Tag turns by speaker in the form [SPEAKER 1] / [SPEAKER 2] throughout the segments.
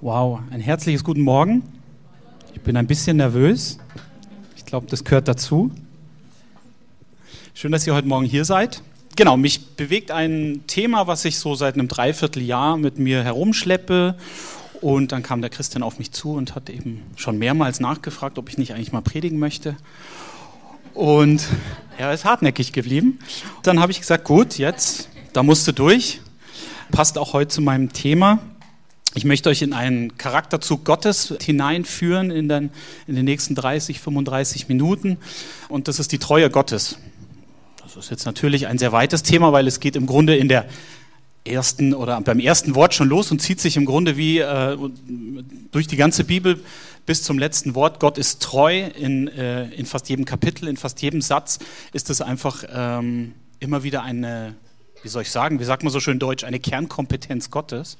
[SPEAKER 1] Wow, ein herzliches Guten Morgen. Ich bin ein bisschen nervös. Ich glaube, das gehört dazu. Schön, dass ihr heute Morgen hier seid. Genau, mich bewegt ein Thema, was ich so seit einem Dreivierteljahr mit mir herumschleppe. Und dann kam der Christian auf mich zu und hat eben schon mehrmals nachgefragt, ob ich nicht eigentlich mal predigen möchte. Und er ist hartnäckig geblieben. Dann habe ich gesagt, gut, jetzt, da musst du durch. Passt auch heute zu meinem Thema. Ich möchte euch in einen Charakterzug Gottes hineinführen in den nächsten 30, 35 Minuten. Und das ist die Treue Gottes. Das ist jetzt natürlich ein sehr weites Thema, weil es geht im Grunde in der ersten oder beim ersten Wort schon los und zieht sich im Grunde wie durch die ganze Bibel bis zum letzten Wort. Gott ist treu in fast jedem Kapitel, in fast jedem Satz ist es einfach immer wieder eine, wie soll ich sagen, wie sagt man so schön deutsch, eine Kernkompetenz Gottes.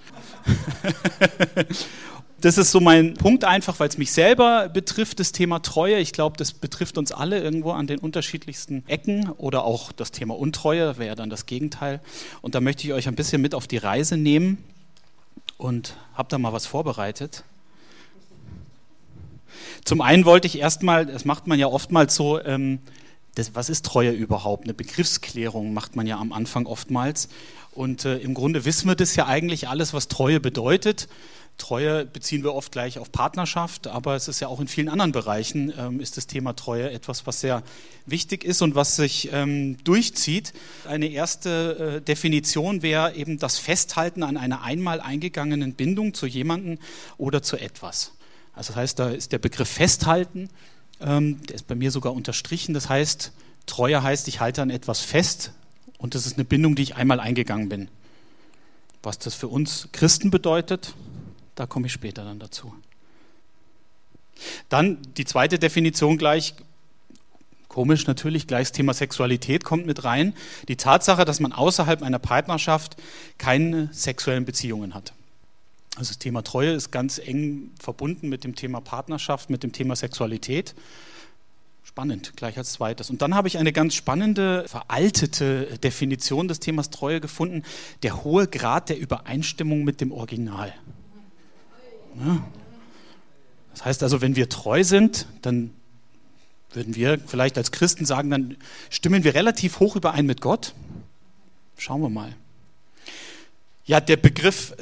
[SPEAKER 1] Das ist so mein Punkt einfach, weil es mich selber betrifft, das Thema Treue. Ich glaube, das betrifft uns alle irgendwo an den unterschiedlichsten Ecken oder auch das Thema Untreue, wäre ja dann das Gegenteil. Und da möchte ich euch ein bisschen mit auf die Reise nehmen und habe da mal was vorbereitet. Zum einen wollte ich erstmal, das macht man ja oftmals so, was ist Treue überhaupt? Eine Begriffsklärung macht man ja am Anfang oftmals. Und im Grunde wissen wir das ja eigentlich alles, was Treue bedeutet. Treue beziehen wir oft gleich auf Partnerschaft, aber es ist ja auch in vielen anderen Bereichen ist das Thema Treue etwas, was sehr wichtig ist und was sich durchzieht. Eine erste Definition wäre eben das Festhalten an einer einmal eingegangenen Bindung zu jemandem oder zu etwas. Also das heißt, da ist der Begriff Festhalten, der ist bei mir sogar unterstrichen. Das heißt, Treue heißt, ich halte an etwas fest und das ist eine Bindung, die ich einmal eingegangen bin. Was das für uns Christen bedeutet, da komme ich später dann dazu. Dann die zweite Definition gleich, komisch natürlich, gleich das Thema Sexualität kommt mit rein. Die Tatsache, dass man außerhalb einer Partnerschaft keine sexuellen Beziehungen hat. Also das Thema Treue ist ganz eng verbunden mit dem Thema Partnerschaft, mit dem Thema Sexualität. Spannend, gleich als zweites. Und dann habe ich eine ganz spannende, veraltete Definition des Themas Treue gefunden. Der hohe Grad der Übereinstimmung mit dem Original. Ja. Das heißt also, wenn wir treu sind, dann würden wir vielleicht als Christen sagen, dann stimmen wir relativ hoch überein mit Gott. Schauen wir mal. Ja, der Begriff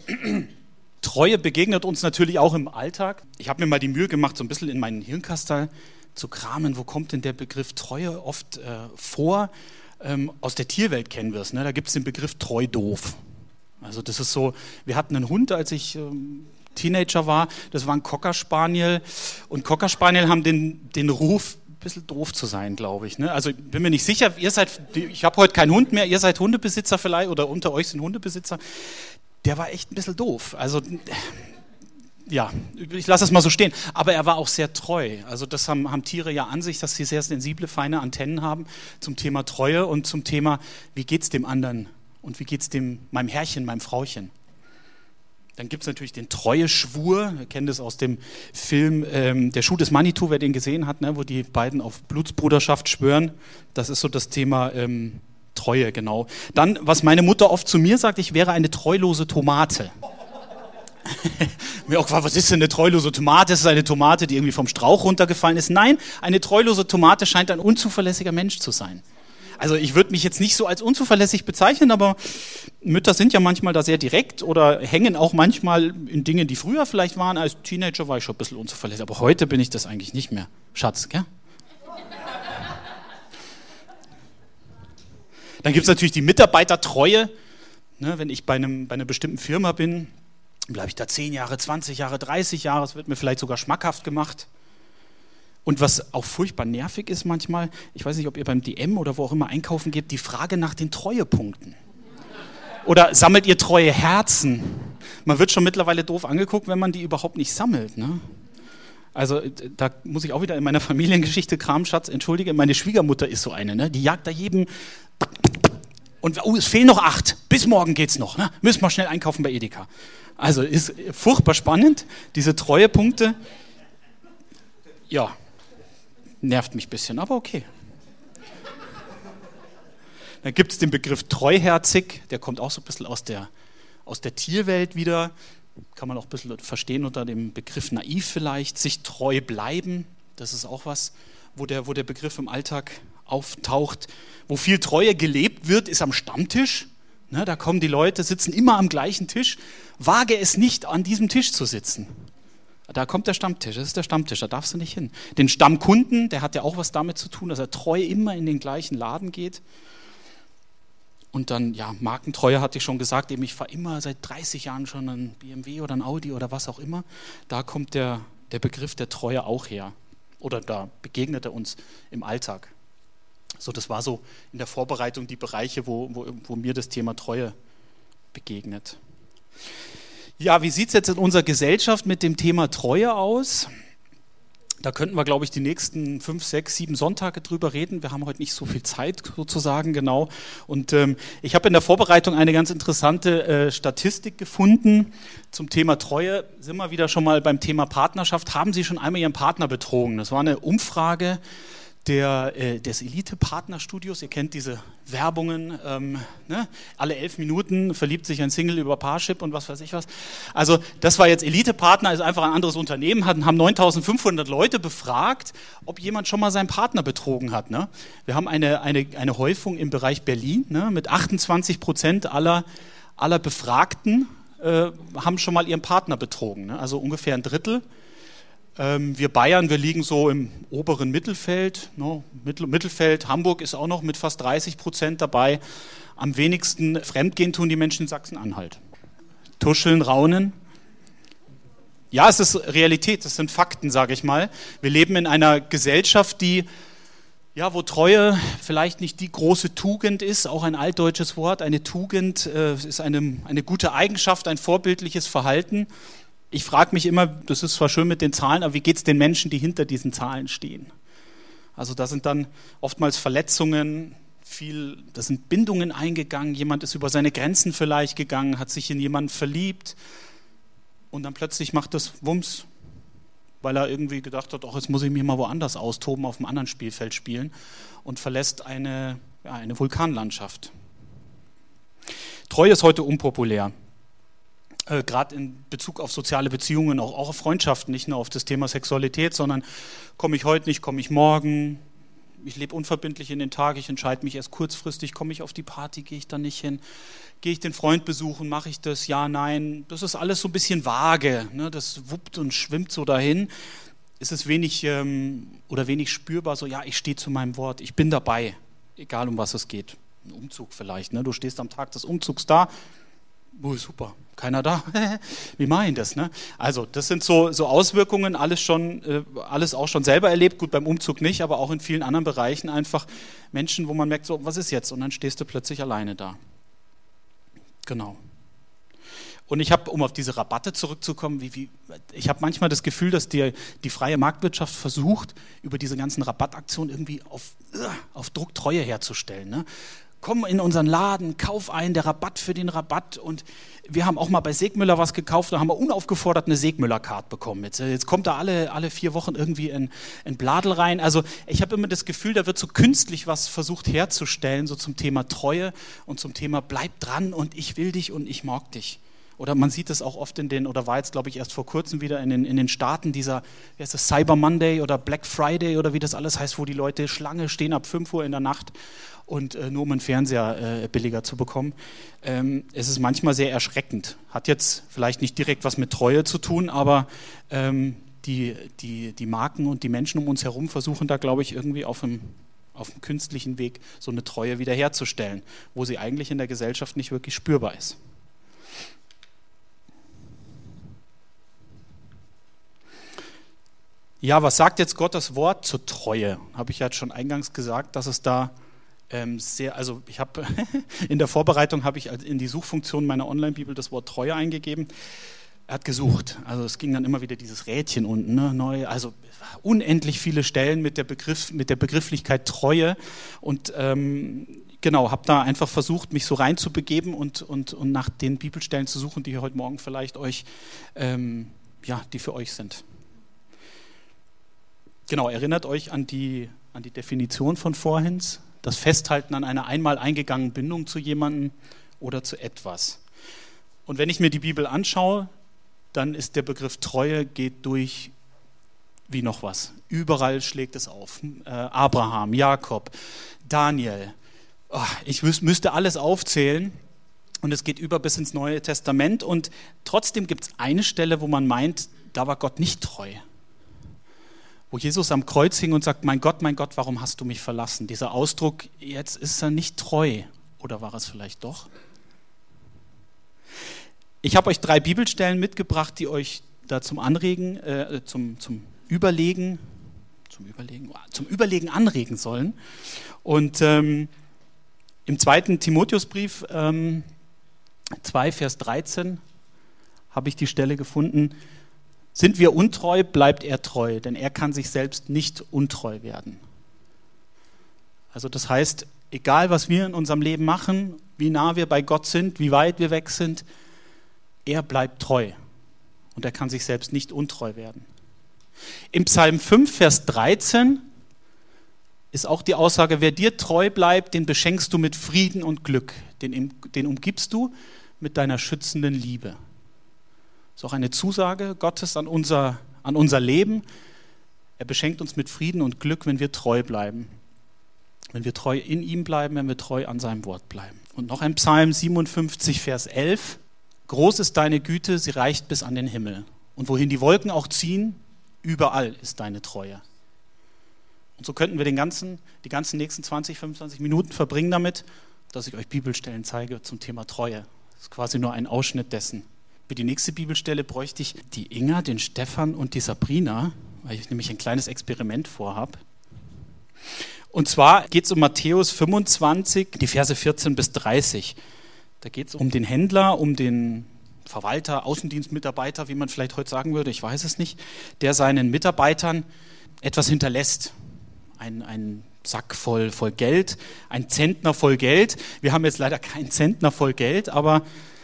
[SPEAKER 1] Treue begegnet uns natürlich auch im Alltag. Ich habe mir mal die Mühe gemacht, so ein bisschen in meinen Hirnkastel zu kramen, wo kommt denn der Begriff Treue oft vor? Aus der Tierwelt kennen wir es, ne? Da gibt es den Begriff treu doof. Also das ist so, wir hatten einen Hund, als ich Teenager war, das war ein Cocker Spaniel und Cocker Spaniel haben den Ruf, ein bisschen doof zu sein, glaube ich. Ne? Also bin mir nicht sicher, ich habe heute keinen Hund mehr, ihr seid Hundebesitzer vielleicht oder unter euch sind Hundebesitzer. Der war echt ein bisschen doof. Also ja, ich lasse es mal so stehen. Aber er war auch sehr treu. Also das haben Tiere ja an sich, dass sie sehr sensible, feine Antennen haben zum Thema Treue und zum Thema, wie geht's dem anderen und wie geht's meinem Herrchen, meinem Frauchen. Dann gibt es natürlich den Treueschwur. Wir kennen das aus dem Film Der Schuh des Manitou, wer den gesehen hat, ne, wo die beiden auf Blutsbruderschaft schwören. Das ist so das Thema Treue, genau. Dann, was meine Mutter oft zu mir sagt, ich wäre eine treulose Tomate. Mir auch gefragt, was ist denn eine treulose Tomate? Ist es eine Tomate, die irgendwie vom Strauch runtergefallen ist? Nein, eine treulose Tomate scheint ein unzuverlässiger Mensch zu sein. Also ich würde mich jetzt nicht so als unzuverlässig bezeichnen, aber Mütter sind ja manchmal da sehr direkt oder hängen auch manchmal in Dingen, die früher vielleicht waren. Als Teenager war ich schon ein bisschen unzuverlässig, aber heute bin ich das eigentlich nicht mehr. Schatz, gell? Dann gibt es natürlich die Mitarbeitertreue. Ne, wenn ich bei einer bestimmten Firma bin, bleibe ich da 10 Jahre, 20 Jahre, 30 Jahre. Es wird mir vielleicht sogar schmackhaft gemacht. Und was auch furchtbar nervig ist manchmal, ich weiß nicht, ob ihr beim DM oder wo auch immer einkaufen geht, die Frage nach den Treuepunkten. Oder sammelt ihr treue Herzen? Man wird schon mittlerweile doof angeguckt, wenn man die überhaupt nicht sammelt. Ne? Also da muss ich auch wieder in meiner Familiengeschichte Kramschatz, entschuldige, meine Schwiegermutter ist so eine, ne? Die jagt da jedem und es fehlen noch 8, bis morgen geht's noch, ne? Müssen wir schnell einkaufen bei Edeka. Also ist furchtbar spannend, diese Treuepunkte. Ja, nervt mich ein bisschen, aber okay. Dann gibt es den Begriff treuherzig, der kommt auch so ein bisschen aus der Tierwelt wieder. kann man auch ein bisschen verstehen unter dem Begriff naiv vielleicht, sich treu bleiben, das ist auch was, wo der Begriff im Alltag auftaucht. Wo viel Treue gelebt wird, ist am Stammtisch. Ne, da kommen die Leute, sitzen immer am gleichen Tisch. Wage es nicht, an diesem Tisch zu sitzen. Da kommt der Stammtisch, das ist der Stammtisch, da darfst du nicht hin. Den Stammkunden, der hat ja auch was damit zu tun, dass er treu immer in den gleichen Laden geht. Und dann, ja, Markentreue hatte ich schon gesagt, eben ich fahre immer seit 30 Jahren schon einen BMW oder ein Audi oder was auch immer. Da kommt der Begriff der Treue auch her. Oder da begegnet er uns im Alltag. So, das war so in der Vorbereitung die Bereiche, wo mir das Thema Treue begegnet. Ja, wie sieht es jetzt in unserer Gesellschaft mit dem Thema Treue aus? Da könnten wir, glaube ich, die nächsten 5, 6, 7 Sonntage drüber reden. Wir haben heute nicht so viel Zeit sozusagen, genau. Und ich habe in der Vorbereitung eine ganz interessante Statistik gefunden zum Thema Treue. Sind wir wieder schon mal beim Thema Partnerschaft. Haben Sie schon einmal Ihren Partner betrogen? Das war eine Umfrage des Elite-Partnerstudios. Ihr kennt diese Werbungen, ne? Alle 11 Minuten verliebt sich ein Single über Parship und was weiß ich was. Also das war jetzt Elite-Partner, ist einfach ein anderes Unternehmen, haben 9.500 Leute befragt, ob jemand schon mal seinen Partner betrogen hat. Ne? Wir haben eine Häufung im Bereich Berlin, ne? Mit 28% aller Befragten haben schon mal ihren Partner betrogen. Ne? Also ungefähr ein Drittel. Wir Bayern, wir liegen so im oberen Mittelfeld, no, Mittelfeld, Hamburg ist auch noch mit fast 30% dabei. Am wenigsten Fremdgehen tun die Menschen in Sachsen-Anhalt. Tuscheln, raunen. Ja, es ist Realität, das sind Fakten, sage ich mal. Wir leben in einer Gesellschaft, wo Treue vielleicht nicht die große Tugend ist, auch ein altdeutsches Wort, eine Tugend ist eine gute Eigenschaft, ein vorbildliches Verhalten. Ich frage mich immer, das ist zwar schön mit den Zahlen, aber wie geht es den Menschen, die hinter diesen Zahlen stehen? Also da sind dann oftmals Verletzungen, da sind Bindungen eingegangen, jemand ist über seine Grenzen vielleicht gegangen, hat sich in jemanden verliebt und dann plötzlich macht das Wumms, weil er irgendwie gedacht hat, jetzt muss ich mich mal woanders austoben, auf einem anderen Spielfeld spielen und verlässt eine Vulkanlandschaft. Treue ist heute unpopulär. Gerade in Bezug auf soziale Beziehungen, auch auf Freundschaften, nicht nur auf das Thema Sexualität, sondern komme ich heute nicht, komme ich morgen, ich lebe unverbindlich in den Tag, ich entscheide mich erst kurzfristig, komme ich auf die Party, gehe ich da nicht hin, gehe ich den Freund besuchen, mache ich das, ja, nein, das ist alles so ein bisschen vage, ne? Das wuppt und schwimmt so dahin, es ist wenig spürbar, so ja, ich stehe zu meinem Wort, ich bin dabei, egal um was es geht, ein Umzug vielleicht, ne? Du stehst am Tag des Umzugs da, super, keiner da. Wie mache ich das? Ne? Also das sind so Auswirkungen, alles auch schon selber erlebt, gut beim Umzug nicht, aber auch in vielen anderen Bereichen einfach Menschen, wo man merkt, so was ist jetzt? Und dann stehst du plötzlich alleine da. Genau. Und ich habe, um auf diese Rabatte zurückzukommen, ich habe manchmal das Gefühl, dass die freie Marktwirtschaft versucht, über diese ganzen Rabattaktionen irgendwie auf Druck Treue herzustellen. Ne? Komm in unseren Laden, kauf einen, der Rabatt für den Rabatt. Und wir haben auch mal bei Segmüller was gekauft, da haben wir unaufgefordert eine Segmüller-Card bekommen. Jetzt kommt da alle 4 Wochen irgendwie ein Bladel rein. Also ich habe immer das Gefühl, da wird so künstlich was versucht herzustellen, so zum Thema Treue und zum Thema bleib dran und ich will dich und ich mag dich. Oder man sieht es auch oft war jetzt glaube ich erst vor kurzem wieder in den Staaten dieser, wie heißt das, Cyber Monday oder Black Friday oder wie das alles heißt, wo die Leute Schlange stehen ab 5 Uhr in der Nacht und nur um einen Fernseher billiger zu bekommen. Es ist manchmal sehr erschreckend. Hat jetzt vielleicht nicht direkt was mit Treue zu tun, aber die Marken und die Menschen um uns herum versuchen da, glaube ich, irgendwie auf einem künstlichen Weg so eine Treue wiederherzustellen, wo sie eigentlich in der Gesellschaft nicht wirklich spürbar ist. Ja, was sagt jetzt Gottes Wort zur Treue? Habe ich ja schon eingangs gesagt, dass es da ich habe in der Vorbereitung habe ich in die Suchfunktion meiner Online-Bibel das Wort Treue eingegeben. Er hat gesucht, also es ging dann immer wieder dieses Rädchen unten, ne, neu, also unendlich viele Stellen mit der Begrifflichkeit Treue und habe da einfach versucht, mich so reinzubegeben und nach den Bibelstellen zu suchen, die heute Morgen vielleicht die für euch sind. Genau, erinnert euch an die Definition von vorhin, das Festhalten an einer einmal eingegangenen Bindung zu jemandem oder zu etwas. Und wenn ich mir die Bibel anschaue, dann ist der Begriff Treue geht durch wie noch was. Überall schlägt es auf. Abraham, Jakob, Daniel. Ich müsste alles aufzählen und es geht über bis ins Neue Testament und trotzdem gibt es eine Stelle, wo man meint, da war Gott nicht treu. Wo Jesus am Kreuz hing und sagt, mein Gott, warum hast du mich verlassen? Dieser Ausdruck, jetzt ist er nicht treu. Oder war es vielleicht doch? Ich habe euch 3 Bibelstellen mitgebracht, die euch da zum Überlegen anregen sollen. Und im 2. Timotheusbrief 2, Vers 13 habe ich die Stelle gefunden. Sind wir untreu, bleibt er treu, denn er kann sich selbst nicht untreu werden. Also das heißt, egal was wir in unserem Leben machen, wie nah wir bei Gott sind, wie weit wir weg sind, er bleibt treu und er kann sich selbst nicht untreu werden. Im Psalm 5, Vers 13 ist auch die Aussage, wer dir treu bleibt, den beschenkst du mit Frieden und Glück, den umgibst du mit deiner schützenden Liebe. Das ist auch eine Zusage Gottes an unser Leben. Er beschenkt uns mit Frieden und Glück, wenn wir treu bleiben. Wenn wir treu in ihm bleiben, wenn wir treu an seinem Wort bleiben. Und noch ein Psalm 57, Vers 11. Groß ist deine Güte, sie reicht bis an den Himmel. Und wohin die Wolken auch ziehen, überall ist deine Treue. Und so könnten wir die ganzen nächsten 20, 25 Minuten verbringen damit, dass ich euch Bibelstellen zeige zum Thema Treue. Das ist quasi nur ein Ausschnitt dessen. Für die nächste Bibelstelle bräuchte ich die Inga, den Stefan und die Sabrina, weil ich nämlich ein kleines Experiment vorhabe. Und zwar geht es um Matthäus 25, die Verse 14 bis 30. Da geht es um den Händler, um den Verwalter, Außendienstmitarbeiter, wie man vielleicht heute sagen würde, ich weiß es nicht, der seinen Mitarbeitern etwas hinterlässt. Ein Sack voll Geld, ein Zentner voll Geld. Wir haben jetzt leider keinen Zentner voll Geld, aber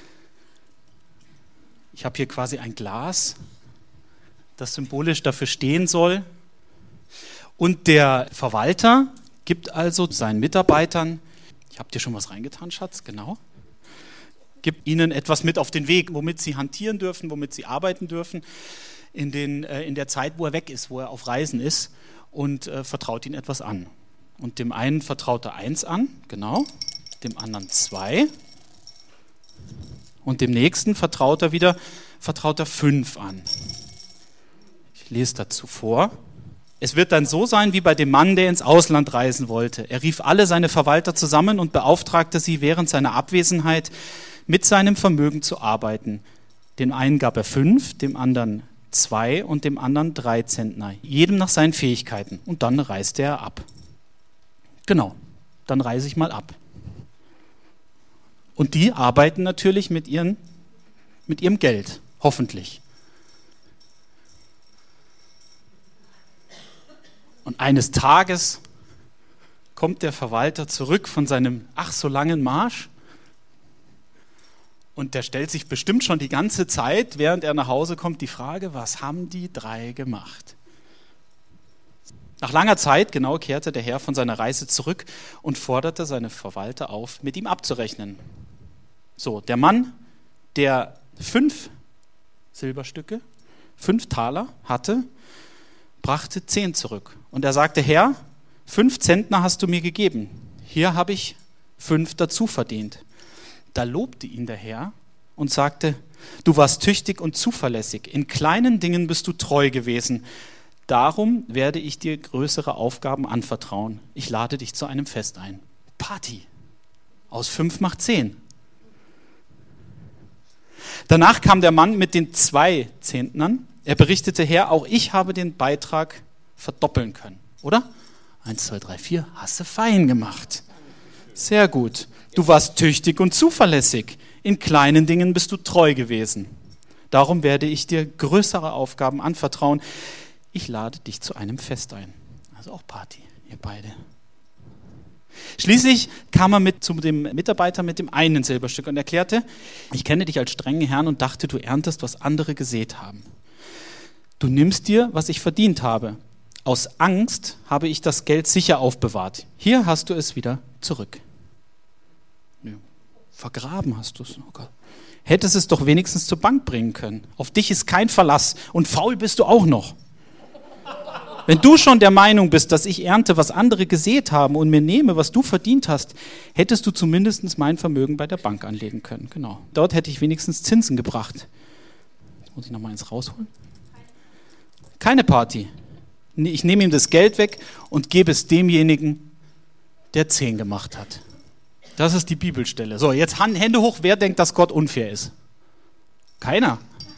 [SPEAKER 1] ich habe hier quasi ein Glas, das symbolisch dafür stehen soll. Und der Verwalter gibt also seinen Mitarbeitern, ich habe dir schon was reingetan, Schatz, genau, gibt ihnen etwas mit auf den Weg, womit sie hantieren dürfen, womit sie arbeiten dürfen in der Zeit, wo er weg ist, wo er auf Reisen ist und vertraut ihnen etwas an. Und dem einen vertraut er 1 an, genau, dem anderen 2 und dem nächsten vertraut er 5 an. Ich lese dazu vor. Es wird dann so sein wie bei dem Mann, der ins Ausland reisen wollte. Er rief alle seine Verwalter zusammen und beauftragte sie, während seiner Abwesenheit mit seinem Vermögen zu arbeiten. Dem einen gab er 5, dem anderen 2 und dem anderen 3 Zentner, jedem nach seinen Fähigkeiten. Und dann reiste er ab. Genau, dann reise ich mal ab. Und die arbeiten natürlich mit ihrem Geld, hoffentlich. Und eines Tages kommt der Verwalter zurück von seinem ach so langen Marsch und der stellt sich bestimmt schon die ganze Zeit, während er nach Hause kommt, die Frage, was haben die 3 gemacht? Nach langer Zeit, genau, kehrte der Herr von seiner Reise zurück und forderte seine Verwalter auf, mit ihm abzurechnen. So, der Mann, der 5 Silberstücke, 5 Taler hatte, brachte 10 zurück. Und er sagte, Herr, 5 Zentner hast du mir gegeben. Hier habe ich 5 dazu verdient. Da lobte ihn der Herr und sagte, du warst tüchtig und zuverlässig. In kleinen Dingen bist du treu gewesen. Darum werde ich dir größere Aufgaben anvertrauen. Ich lade dich zu einem Fest ein. Party. Aus 5 macht 10. Danach kam der Mann mit den 2 Zentnern. Er berichtete, Herr, auch ich habe den Beitrag verdoppeln können. Oder? 1, 2, 3, 4. Hast du fein gemacht. Sehr gut. Du warst tüchtig und zuverlässig. In kleinen Dingen bist du treu gewesen. Darum werde ich dir größere Aufgaben anvertrauen. Ich lade dich zu einem Fest ein. Also auch Party, ihr beide. Schließlich kam er zu dem Mitarbeiter mit dem einen Silberstück und erklärte, ich kenne dich als strengen Herrn und dachte, du erntest, was andere gesät haben. Du nimmst dir, was ich verdient habe. Aus Angst habe ich das Geld sicher aufbewahrt. Hier hast du es wieder zurück. Vergraben hast du es. Oh Gott. hättest es doch wenigstens zur Bank bringen können. Auf dich ist kein Verlass und faul bist du auch noch. Wenn du schon der Meinung bist, dass ich ernte, was andere gesät haben und mir nehme, was du verdient hast, hättest du zumindest mein Vermögen bei der Bank anlegen können. Genau. Dort hätte ich wenigstens Zinsen gebracht. Jetzt muss ich nochmal eins rausholen. Keine Party. Ich nehme ihm das Geld weg und gebe es demjenigen, der 10 gemacht hat. Das ist die Bibelstelle. So, jetzt Hände hoch, wer denkt, dass Gott unfair ist? Keiner.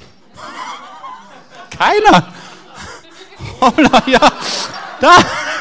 [SPEAKER 1] Keiner. Hoppla, ja, da.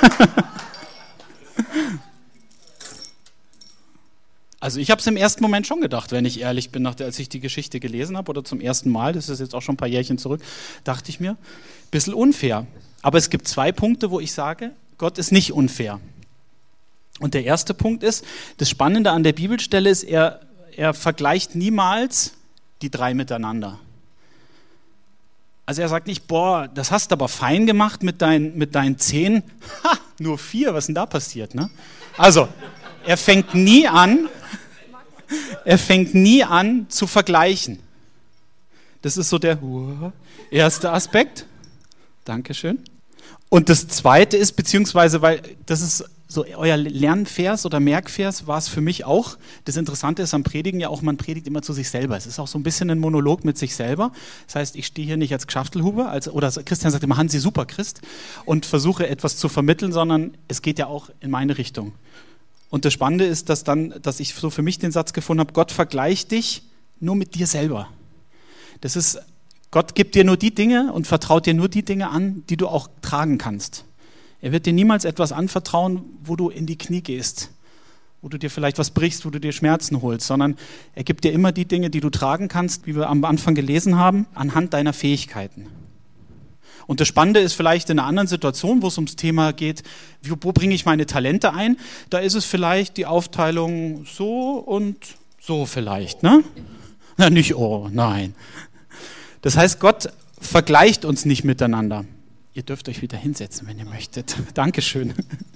[SPEAKER 1] Also ich habe es im ersten Moment schon gedacht, wenn ich ehrlich bin, als ich die Geschichte gelesen habe oder zum ersten Mal, das ist jetzt auch schon ein paar Jährchen zurück, dachte ich mir, ein bisschen unfair. Aber es gibt 2 Punkte, wo ich sage, Gott ist nicht unfair. Und der erste Punkt ist, das Spannende an der Bibelstelle ist, er vergleicht niemals die 3 miteinander. Also er sagt nicht, boah, das hast du aber fein gemacht mit deinen 10. Ha, nur 4, was ist denn da passiert? Ne? Also, er fängt nie an zu vergleichen. Das ist so der erste Aspekt. Dankeschön. Und das zweite ist, beziehungsweise, weil das ist so euer Lernvers oder Merkvers war es für mich auch. Das Interessante ist am Predigen ja auch, man predigt immer zu sich selber. Es ist auch so ein bisschen ein Monolog mit sich selber. Das heißt, ich stehe hier nicht als Gschaftelhuber, oder Christian sagt immer, Hansi, super Christ, und versuche etwas zu vermitteln, sondern es geht ja auch in meine Richtung. Und das Spannende ist, dass ich so für mich den Satz gefunden habe, Gott vergleicht dich nur mit dir selber. Das ist, Gott gibt dir nur die Dinge und vertraut dir nur die Dinge an, die du auch tragen kannst. Er wird dir niemals etwas anvertrauen, wo du in die Knie gehst, wo du dir vielleicht was brichst, wo du dir Schmerzen holst, sondern er gibt dir immer die Dinge, die du tragen kannst, wie wir am Anfang gelesen haben, anhand deiner Fähigkeiten. Und das Spannende ist vielleicht in einer anderen Situation, wo es ums Thema geht, wo bringe ich meine Talente ein, da ist es vielleicht die Aufteilung so und so vielleicht, ne? Na, nicht oh, nein. Das heißt, Gott vergleicht uns nicht miteinander. Ihr dürft euch wieder hinsetzen, wenn ihr möchtet. Dankeschön.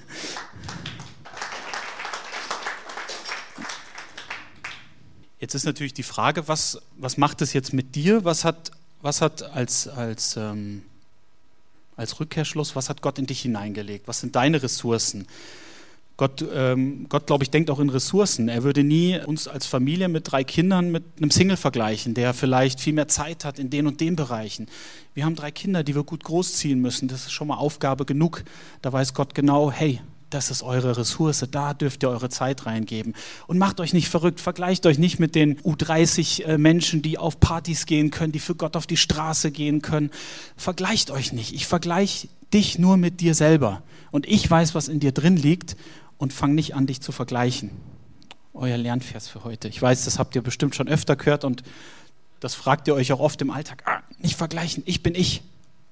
[SPEAKER 1] Jetzt ist natürlich die Frage, was macht es jetzt mit dir? Was hat als Rückkehrschluss, was hat Gott in dich hineingelegt? Was sind deine Ressourcen? Gott, glaube ich, denkt auch in Ressourcen. Er würde nie uns als Familie mit 3 Kindern mit einem Single vergleichen, der vielleicht viel mehr Zeit hat in den und den Bereichen. Wir haben 3 Kinder, die wir gut großziehen müssen. Das ist schon mal Aufgabe genug. Da weiß Gott genau, hey, das ist eure Ressource, da dürft ihr eure Zeit reingeben. Und macht euch nicht verrückt, vergleicht euch nicht mit den U30 Menschen, die auf Partys gehen können, die für Gott auf die Straße gehen können. Vergleicht euch nicht. Ich vergleiche dich nur mit dir selber. Und ich weiß, was in dir drin liegt. Und fang nicht an, dich zu vergleichen. Euer Lernvers für heute. Ich weiß, das habt ihr bestimmt schon öfter gehört und das fragt ihr euch auch oft im Alltag. Nicht vergleichen, ich bin ich.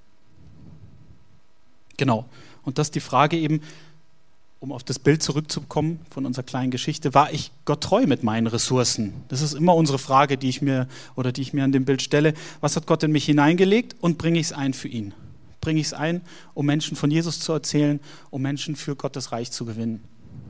[SPEAKER 1] Genau. Und das ist die Frage eben, um auf das Bild zurückzukommen von unserer kleinen Geschichte, war ich Gott treu mit meinen Ressourcen? Das ist immer unsere Frage, die ich mir an dem Bild stelle. Was hat Gott in mich hineingelegt und bringe ich es ein für ihn? Bringe ich es ein, um Menschen von Jesus zu erzählen, um Menschen für Gottes Reich zu gewinnen?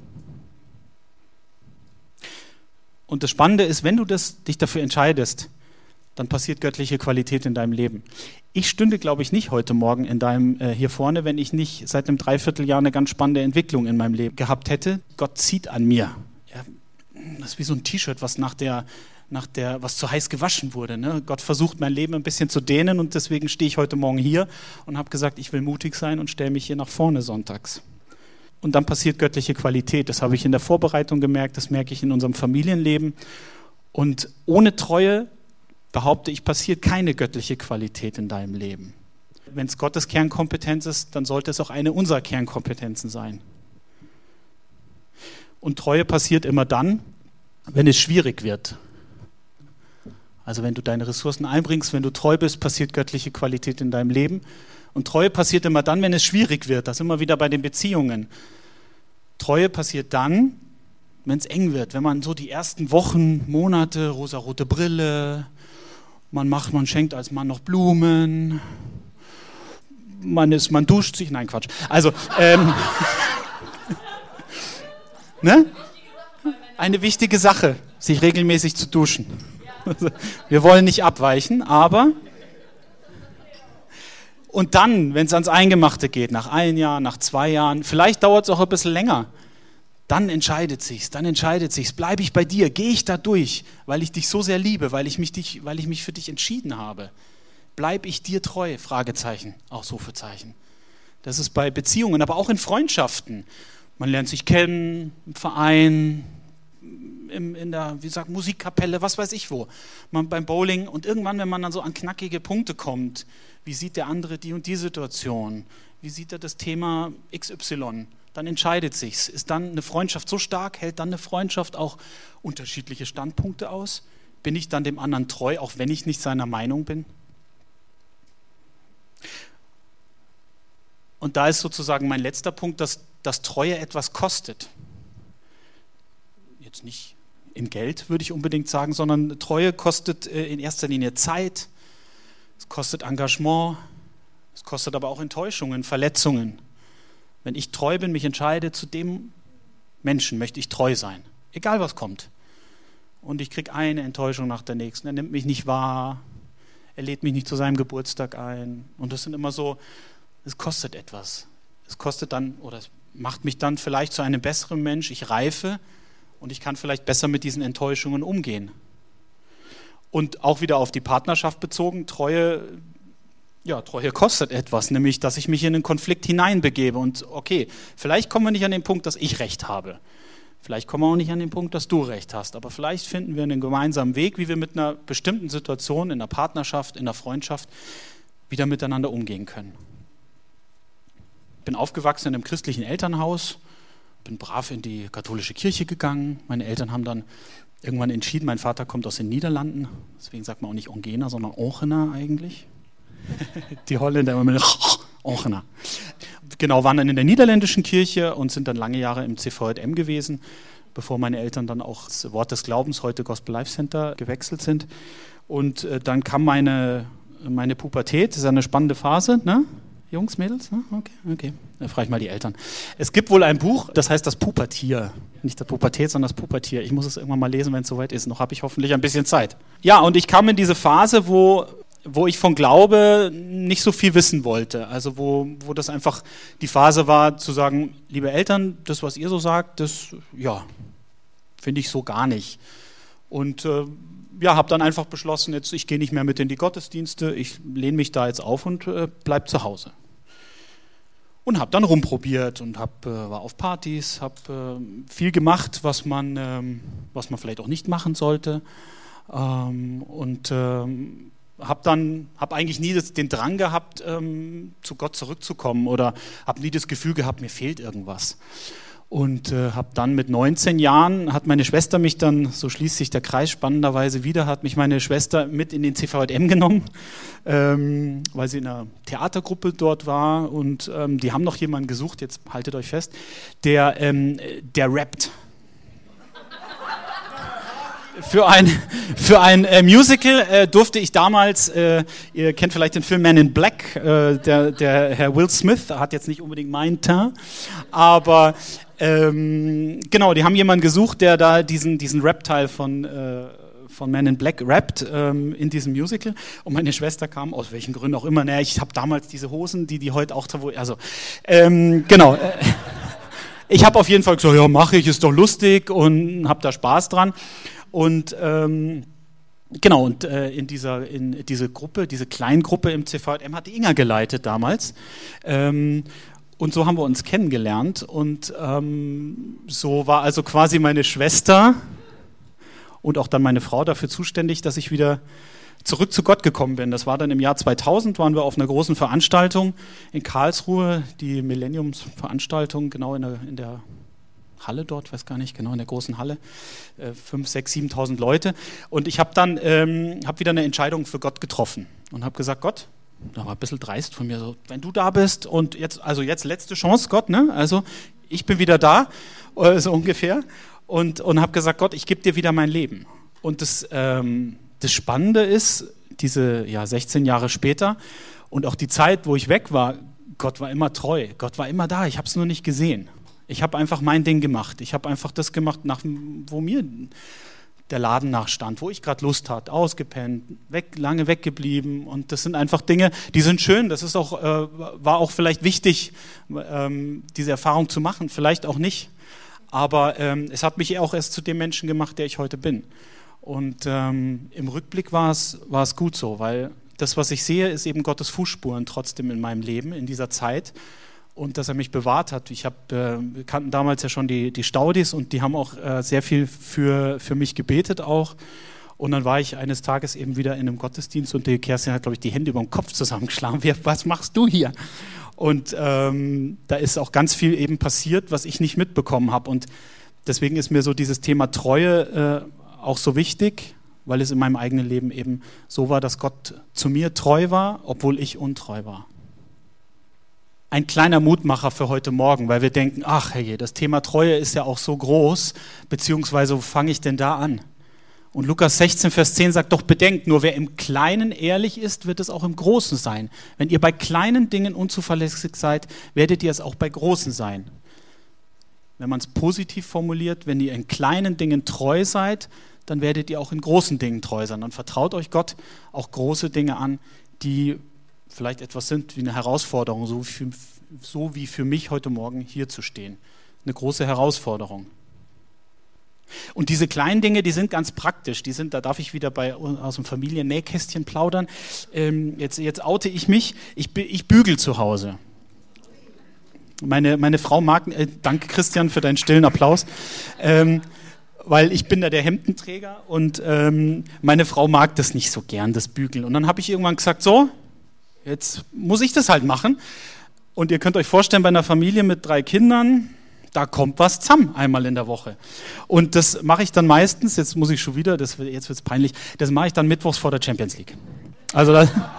[SPEAKER 1] Und das Spannende ist, wenn du dich dafür entscheidest, dann passiert göttliche Qualität in deinem Leben. Ich stünde, glaube ich, nicht heute Morgen hier vorne, wenn ich nicht seit einem Dreivierteljahr eine ganz spannende Entwicklung in meinem Leben gehabt hätte. Gott zieht an mir. Ja, das ist wie so ein T-Shirt, was was zu heiß gewaschen wurde. Ne? Gott versucht, mein Leben ein bisschen zu dehnen und deswegen stehe ich heute Morgen hier und habe gesagt, ich will mutig sein und stelle mich hier nach vorne sonntags. Und dann passiert göttliche Qualität. Das habe ich in der Vorbereitung gemerkt, das merke ich in unserem Familienleben. Und ohne Treue, behaupte ich, passiert keine göttliche Qualität in deinem Leben. Wenn es Gottes Kernkompetenz ist, dann sollte es auch eine unserer Kernkompetenzen sein. Und Treue passiert immer dann, wenn es schwierig wird. Also wenn du deine Ressourcen einbringst, wenn du treu bist, passiert göttliche Qualität in deinem Leben. Und Treue passiert immer dann, wenn es schwierig wird. Das ist immer wieder bei den Beziehungen. Treue passiert dann, wenn es eng wird. Wenn man so die ersten Wochen, Monate, rosarote Brille, man schenkt als Mann noch Blumen, man duscht sich, nein Quatsch. Also, ne? Eine wichtige Sache, sich regelmäßig zu duschen. Wir wollen nicht abweichen, aber... Und dann, wenn es ans Eingemachte geht, nach 1 Jahr, nach 2 Jahren, vielleicht dauert es auch ein bisschen länger, dann entscheidet sich's, bleibe ich bei dir, gehe ich da durch, weil ich dich so sehr liebe, weil ich mich für dich entschieden habe. Bleibe ich dir treu? Fragezeichen, auch Rufezeichen. Das ist bei Beziehungen, aber auch in Freundschaften. Man lernt sich kennen, im Verein, in der, Musikkapelle, was weiß ich wo, beim Bowling. Und irgendwann, wenn man dann so an knackige Punkte kommt, wie sieht der andere die und die Situation? Wie sieht er das Thema XY? Dann entscheidet sich's. Ist dann eine Freundschaft so stark, hält dann eine Freundschaft auch unterschiedliche Standpunkte aus? Bin ich dann dem anderen treu, auch wenn ich nicht seiner Meinung bin? Und da ist sozusagen mein letzter Punkt, dass Treue etwas kostet. Jetzt nicht in Geld, würde ich unbedingt sagen, sondern Treue kostet in erster Linie Zeit, es kostet Engagement, es kostet aber auch Enttäuschungen, Verletzungen. Wenn ich treu bin, mich entscheide, zu dem Menschen möchte ich treu sein, egal was kommt. Und ich kriege eine Enttäuschung nach der nächsten, er nimmt mich nicht wahr, er lädt mich nicht zu seinem Geburtstag ein. Und das sind immer so, es kostet etwas. Es kostet dann, oder es macht mich dann vielleicht zu einem besseren Mensch, ich reife und ich kann vielleicht besser mit diesen Enttäuschungen umgehen. Und auch wieder auf die Partnerschaft bezogen, Treue kostet etwas, nämlich, dass ich mich in einen Konflikt hineinbegebe. Und okay, vielleicht kommen wir nicht an den Punkt, dass ich Recht habe. Vielleicht kommen wir auch nicht an den Punkt, dass du Recht hast. Aber vielleicht finden wir einen gemeinsamen Weg, wie wir mit einer bestimmten Situation, in der Partnerschaft, in der Freundschaft wieder miteinander umgehen können. Ich bin aufgewachsen in einem christlichen Elternhaus, bin brav in die katholische Kirche gegangen. Meine Eltern haben dann irgendwann entschieden, mein Vater kommt aus den Niederlanden, deswegen sagt man auch nicht Ongener, sondern Ochener eigentlich. Die Holländer immer mit Ochener. Genau, waren dann in der niederländischen Kirche und sind dann lange Jahre im CVJM gewesen, bevor meine Eltern dann auch das Wort des Glaubens, heute Gospel Life Center, gewechselt sind. Und dann kam meine Pubertät, das ist eine spannende Phase, ne? Jungs, Mädels? Okay. Dann frage ich mal die Eltern. Es gibt wohl ein Buch, das heißt das Pubertier. Nicht das Pubertät, sondern das Pubertier. Ich muss es irgendwann mal lesen, wenn es soweit ist. Noch habe ich hoffentlich ein bisschen Zeit. Ja, und ich kam in diese Phase, wo ich von Glaube nicht so viel wissen wollte. Also wo das einfach die Phase war, zu sagen, liebe Eltern, das, was ihr so sagt, das, ja, finde ich so gar nicht. Und habe dann einfach beschlossen, jetzt ich gehe nicht mehr mit in die Gottesdienste, ich lehne mich da jetzt auf und bleib zu Hause. Und habe dann rumprobiert und war auf Partys, habe viel gemacht, was man vielleicht auch nicht machen sollte. Habe eigentlich nie den Drang gehabt, zu Gott zurückzukommen oder habe nie das Gefühl gehabt, mir fehlt irgendwas. Und habe dann mit 19 Jahren, hat meine Schwester mich dann, so schließt sich der Kreis spannenderweise wieder, hat mich meine Schwester mit in den CVJM genommen, weil sie in einer Theatergruppe dort war und die haben noch jemanden gesucht, jetzt haltet euch fest, der rappt. Für ein Musical durfte ich damals, ihr kennt vielleicht den Film Man in Black, der Herr Will Smith hat jetzt nicht unbedingt meinen Teint, aber genau, die haben jemanden gesucht, der da diesen Rap-Teil von Man in Black rappt in diesem Musical und meine Schwester kam, aus welchen Gründen auch immer, ich habe damals diese Hosen, die heute auch, genau. Ich habe auf jeden Fall gesagt, ja, mache ich, ist doch lustig und habe da Spaß dran. Und in diese Gruppe, diese Kleingruppe im CVJM hat die Inga geleitet damals. Und so haben wir uns kennengelernt. Und so war also quasi meine Schwester und auch dann meine Frau dafür zuständig, dass ich wieder zurück zu Gott gekommen bin. Das war dann im Jahr 2000, waren wir auf einer großen Veranstaltung in Karlsruhe, die Millenniumsveranstaltung, genau in der Halle dort, weiß gar nicht, genau in der großen Halle, 5.000, 6.000, 7.000 Leute. Und ich habe dann wieder eine Entscheidung für Gott getroffen und habe gesagt, Gott, da war ein bisschen dreist von mir, so, wenn du da bist und jetzt letzte Chance, Gott, ne? Also ich bin wieder da, so ungefähr, und habe gesagt, Gott, ich gebe dir wieder mein Leben. Und das Spannende ist, diese 16 Jahre später und auch die Zeit, wo ich weg war, Gott war immer treu, Gott war immer da, ich habe es nur nicht gesehen. Ich habe einfach mein Ding gemacht. Ich habe einfach das gemacht, wo mir der Laden nachstand, wo ich gerade Lust hatte, ausgepennt, lange weggeblieben. Und das sind einfach Dinge, die sind schön. Das ist auch, war auch vielleicht wichtig, diese Erfahrung zu machen. Vielleicht auch nicht. Aber es hat mich auch erst zu dem Menschen gemacht, der ich heute bin. Und im Rückblick war es gut so, weil das, was ich sehe, ist eben Gottes Fußspuren trotzdem in meinem Leben, in dieser Zeit. Und dass er mich bewahrt hat. Wir kannten damals ja schon die Staudis und die haben auch sehr viel für mich gebetet auch. Und dann war ich eines Tages eben wieder in einem Gottesdienst und die Kerstin hat, glaube ich, die Hände über den Kopf zusammengeschlagen. Was machst du hier? Und da ist auch ganz viel eben passiert, was ich nicht mitbekommen habe. Und deswegen ist mir so dieses Thema Treue auch so wichtig, weil es in meinem eigenen Leben eben so war, dass Gott zu mir treu war, obwohl ich untreu war. Ein kleiner Mutmacher für heute Morgen, weil wir denken, ach herrje, das Thema Treue ist ja auch so groß, beziehungsweise wo fange ich denn da an? Und Lukas 16, Vers 10 sagt, doch bedenkt, nur wer im Kleinen ehrlich ist, wird es auch im Großen sein. Wenn ihr bei kleinen Dingen unzuverlässig seid, werdet ihr es auch bei großen sein. Wenn man es positiv formuliert, wenn ihr in kleinen Dingen treu seid, dann werdet ihr auch in großen Dingen treu sein. Dann vertraut euch Gott auch große Dinge an, die vielleicht etwas sind wie eine Herausforderung, so wie für mich heute Morgen hier zu stehen. Eine große Herausforderung. Und diese kleinen Dinge, die sind ganz praktisch. Da darf ich wieder aus dem Familiennähkästchen plaudern. Jetzt oute ich mich. Ich bügel zu Hause. Meine Frau mag, danke Christian für deinen stillen Applaus, weil ich bin da der Hemdenträger und meine Frau mag das nicht so gern, das Bügeln. Und dann habe ich irgendwann gesagt, so, jetzt muss ich das halt machen. Und ihr könnt euch vorstellen, bei einer Familie mit 3 Kindern, da kommt was zusammen einmal in der Woche. Und das mache ich dann meistens, jetzt muss ich schon wieder, jetzt wird es peinlich, das mache ich dann mittwochs vor der Champions League. Also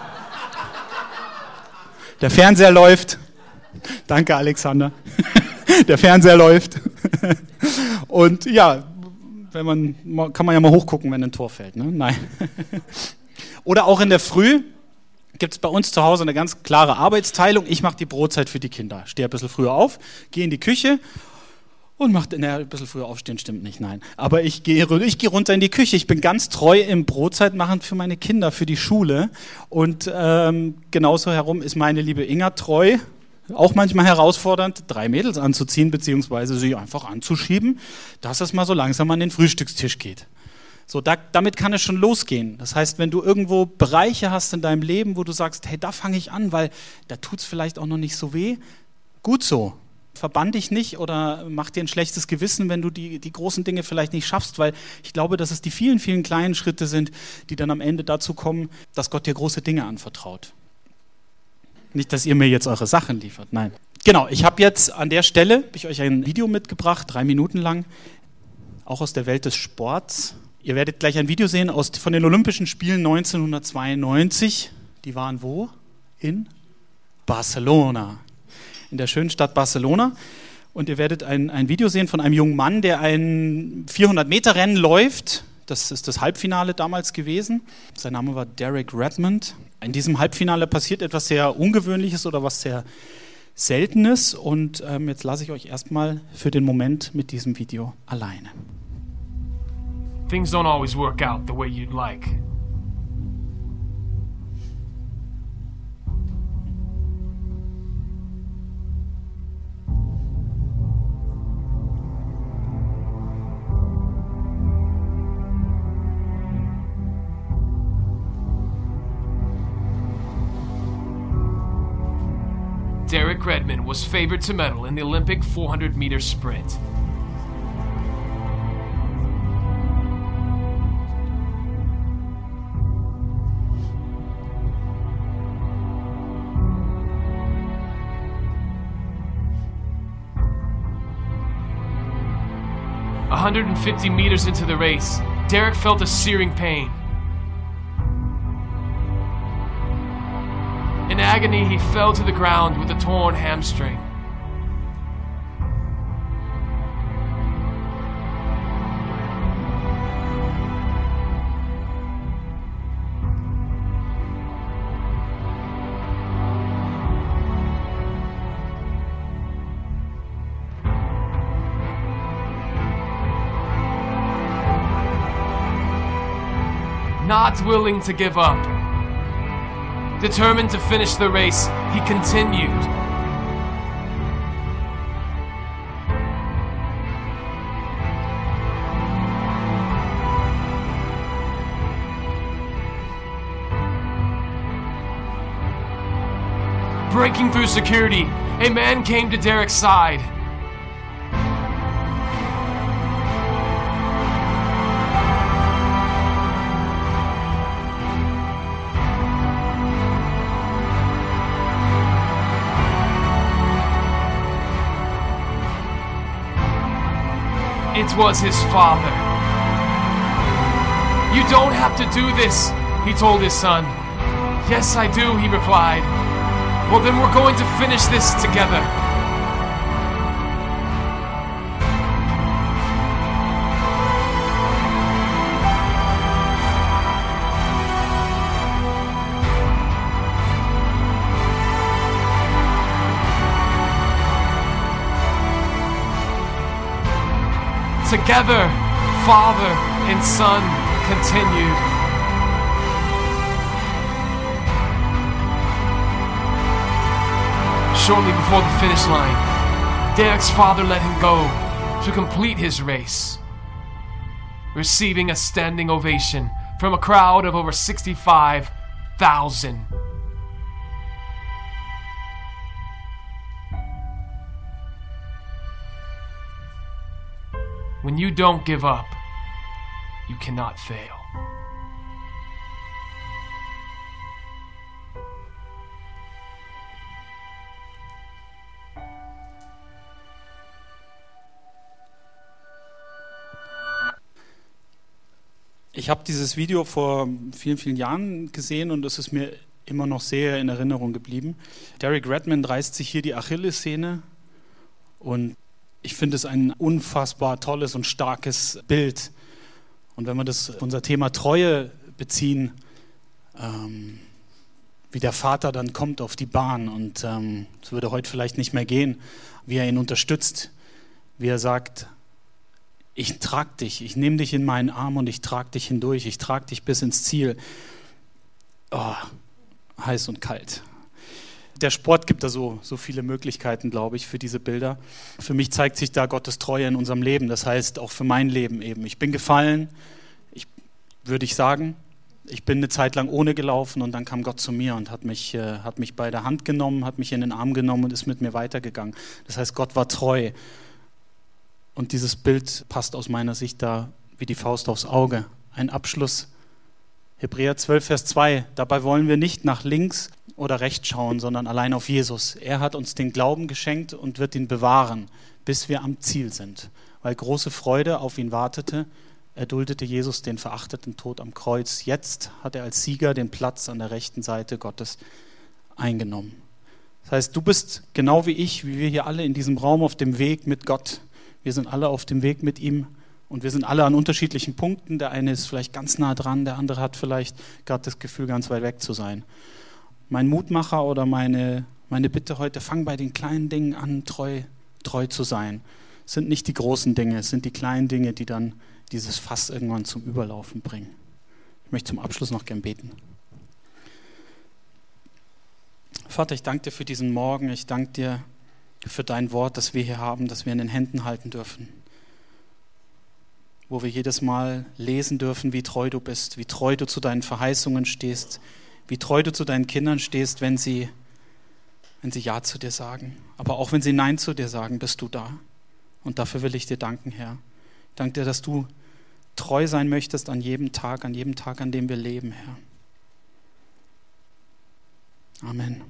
[SPEAKER 1] der Fernseher läuft. Danke, Alexander. Der Fernseher läuft. Und ja, kann man ja mal hochgucken, wenn ein Tor fällt. Ne? Nein. Oder auch in der Früh gibt es bei uns zu Hause eine ganz klare Arbeitsteilung. Ich mache die Brotzeit für die Kinder. Stehe ein bisschen früher auf, gehe in die Küche und ein bisschen früher aufstehen stimmt nicht, nein. Aber ich gehe runter in die Küche. Ich bin ganz treu im Brotzeit machen für meine Kinder, für die Schule. Und genauso herum ist meine liebe Inga treu. Auch manchmal herausfordernd, 3 Mädels anzuziehen, beziehungsweise sie einfach anzuschieben, dass es mal so langsam an den Frühstückstisch geht. So, damit kann es schon losgehen. Das heißt, wenn du irgendwo Bereiche hast in deinem Leben, wo du sagst, hey, da fange ich an, weil da tut es vielleicht auch noch nicht so weh, gut so. Verbann dich nicht oder mach dir ein schlechtes Gewissen, wenn du die großen Dinge vielleicht nicht schaffst, weil ich glaube, dass es die vielen, vielen kleinen Schritte sind, die dann am Ende dazu kommen, dass Gott dir große Dinge anvertraut. Nicht, dass ihr mir jetzt eure Sachen liefert, nein. Genau, ich habe jetzt an der Stelle, ich euch ein Video mitgebracht, 3 Minuten lang, auch aus der Welt des Sports. Ihr werdet gleich ein Video sehen von den Olympischen Spielen 1992. Die waren wo? In Barcelona. In der schönen Stadt Barcelona. Und ihr werdet ein Video sehen von einem jungen Mann, der ein 400-Meter-Rennen läuft. Das ist das Halbfinale damals gewesen. Sein Name war Derek Redmond. In diesem Halbfinale passiert etwas sehr Ungewöhnliches oder was sehr Seltenes. Und jetzt lasse ich euch erstmal für den Moment mit diesem Video alleine.
[SPEAKER 2] Things don't always work out the way you'd like. Derek Redmond was favored to medal in the Olympic 400-meter sprint. "150 meters into the race, Derek felt a searing pain. In agony, he fell to the ground with a torn hamstring. not willing to give up. Determined to finish the race, he continued. Breaking through security, a man came to Derek's side. It was his father. "You don't have to do this," he told his son. "Yes, I do," he replied. "Well, then we're going to finish this together." Together, father and son continued. Shortly before the finish line, Derek's father let him go to complete his race, receiving a standing ovation from a crowd of over 65,000. When you don't give up, you cannot fail.
[SPEAKER 1] Ich habe dieses Video vor vielen, vielen Jahren gesehen und es ist mir immer noch sehr in Erinnerung geblieben. Derek Redmond reißt sich hier die Achillessehne und ich finde es ein unfassbar tolles und starkes Bild. Und wenn wir das auf unser Thema Treue beziehen, wie der Vater dann kommt auf die Bahn und es würde heute vielleicht nicht mehr gehen, wie er ihn unterstützt, wie er sagt, ich trage dich, ich nehme dich in meinen Arm und ich trage dich hindurch, ich trage dich bis ins Ziel. Oh, heiß und kalt. Der Sport gibt da so viele Möglichkeiten, glaube ich, für diese Bilder. Für mich zeigt sich da Gottes Treue in unserem Leben, das heißt auch für mein Leben eben. Ich bin gefallen, würde ich sagen, ich bin eine Zeit lang ohne gelaufen und dann kam Gott zu mir und hat mich bei der Hand genommen, hat mich in den Arm genommen und ist mit mir weitergegangen. Das heißt, Gott war treu. Und dieses Bild passt aus meiner Sicht da wie die Faust aufs Auge. Ein Abschluss. Hebräer 12, Vers 2. Dabei wollen wir nicht nach links oder rechts schauen, sondern allein auf Jesus. Er hat uns den Glauben geschenkt und wird ihn bewahren, bis wir am Ziel sind. Weil große Freude auf ihn wartete, erduldete Jesus den verachteten Tod am Kreuz. Jetzt hat er als Sieger den Platz an der rechten Seite Gottes eingenommen. Das heißt, du bist genau wie ich, wie wir hier alle in diesem Raum auf dem Weg mit Gott. Wir sind alle auf dem Weg mit ihm und wir sind alle an unterschiedlichen Punkten. Der eine ist vielleicht ganz nah dran, der andere hat vielleicht gerade das Gefühl, ganz weit weg zu sein. Mein Mutmacher oder meine Bitte heute, fang bei den kleinen Dingen an, treu zu sein. Es sind nicht die großen Dinge, es sind die kleinen Dinge, die dann dieses Fass irgendwann zum Überlaufen bringen. Ich möchte zum Abschluss noch gern beten. Vater, ich danke dir für diesen Morgen, ich danke dir für dein Wort, das wir hier haben, das wir in den Händen halten dürfen. Wo wir jedes Mal lesen dürfen, wie treu du bist, wie treu du zu deinen Verheißungen stehst, wie treu du zu deinen Kindern stehst, wenn sie Ja zu dir sagen. Aber auch wenn sie Nein zu dir sagen, bist du da. Und dafür will ich dir danken, Herr. Ich danke dir, dass du treu sein möchtest an jedem Tag, an dem wir leben, Herr. Amen.